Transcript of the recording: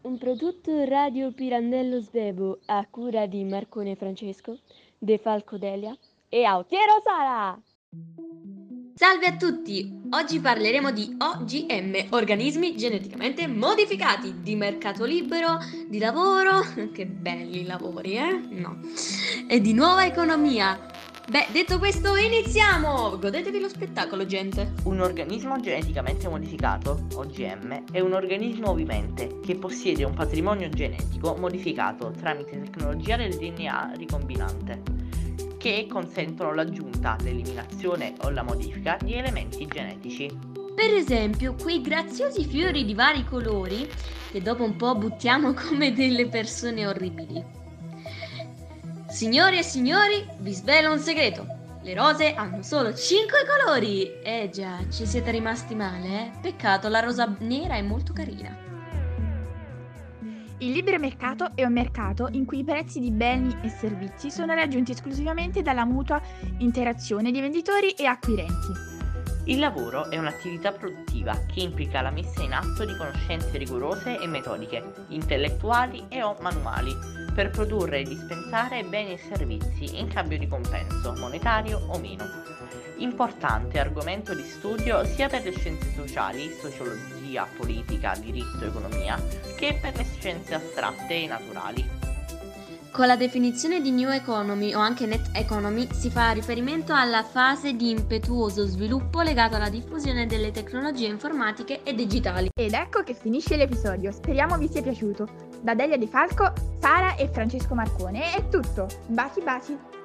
un prodotto Radio Pirandello Svebo a cura di Marcone Francesco, De Falco Delia e Autiero Sara. Salve a tutti! Oggi parleremo di OGM, organismi geneticamente modificati, di mercato libero, di lavoro, che belli lavori, No. E di nuova economia. Beh, detto questo, iniziamo! Godetevi lo spettacolo, gente! Un organismo geneticamente modificato, OGM, è un organismo vivente che possiede un patrimonio genetico modificato tramite tecnologia del DNA ricombinante, che consentono l'aggiunta, l'eliminazione o la modifica di elementi genetici. Per esempio, quei graziosi fiori di vari colori che dopo un po' buttiamo come delle persone orribili. Signori e signori, vi svelo un segreto. Le rose hanno solo 5 colori. Già, ci siete rimasti male, eh? Peccato, la rosa nera è molto carina. Il libero mercato è un mercato in cui i prezzi di beni e servizi sono raggiunti esclusivamente dalla mutua interazione di venditori e acquirenti. Il lavoro è un'attività produttiva che implica la messa in atto di conoscenze rigorose e metodiche, intellettuali e o manuali, per produrre e dispensare beni e servizi in cambio di compenso, monetario o meno. Importante argomento di studio sia per le scienze sociali, sociologia, politica, diritto, economia, che per le scienze astratte e naturali. Con la definizione di New Economy o anche Net Economy si fa riferimento alla fase di impetuoso sviluppo legato alla diffusione delle tecnologie informatiche e digitali. Ed ecco che finisce l'episodio, speriamo vi sia piaciuto. Da Delia De Falco, Sara e Francesco Marcone è tutto. Baci baci!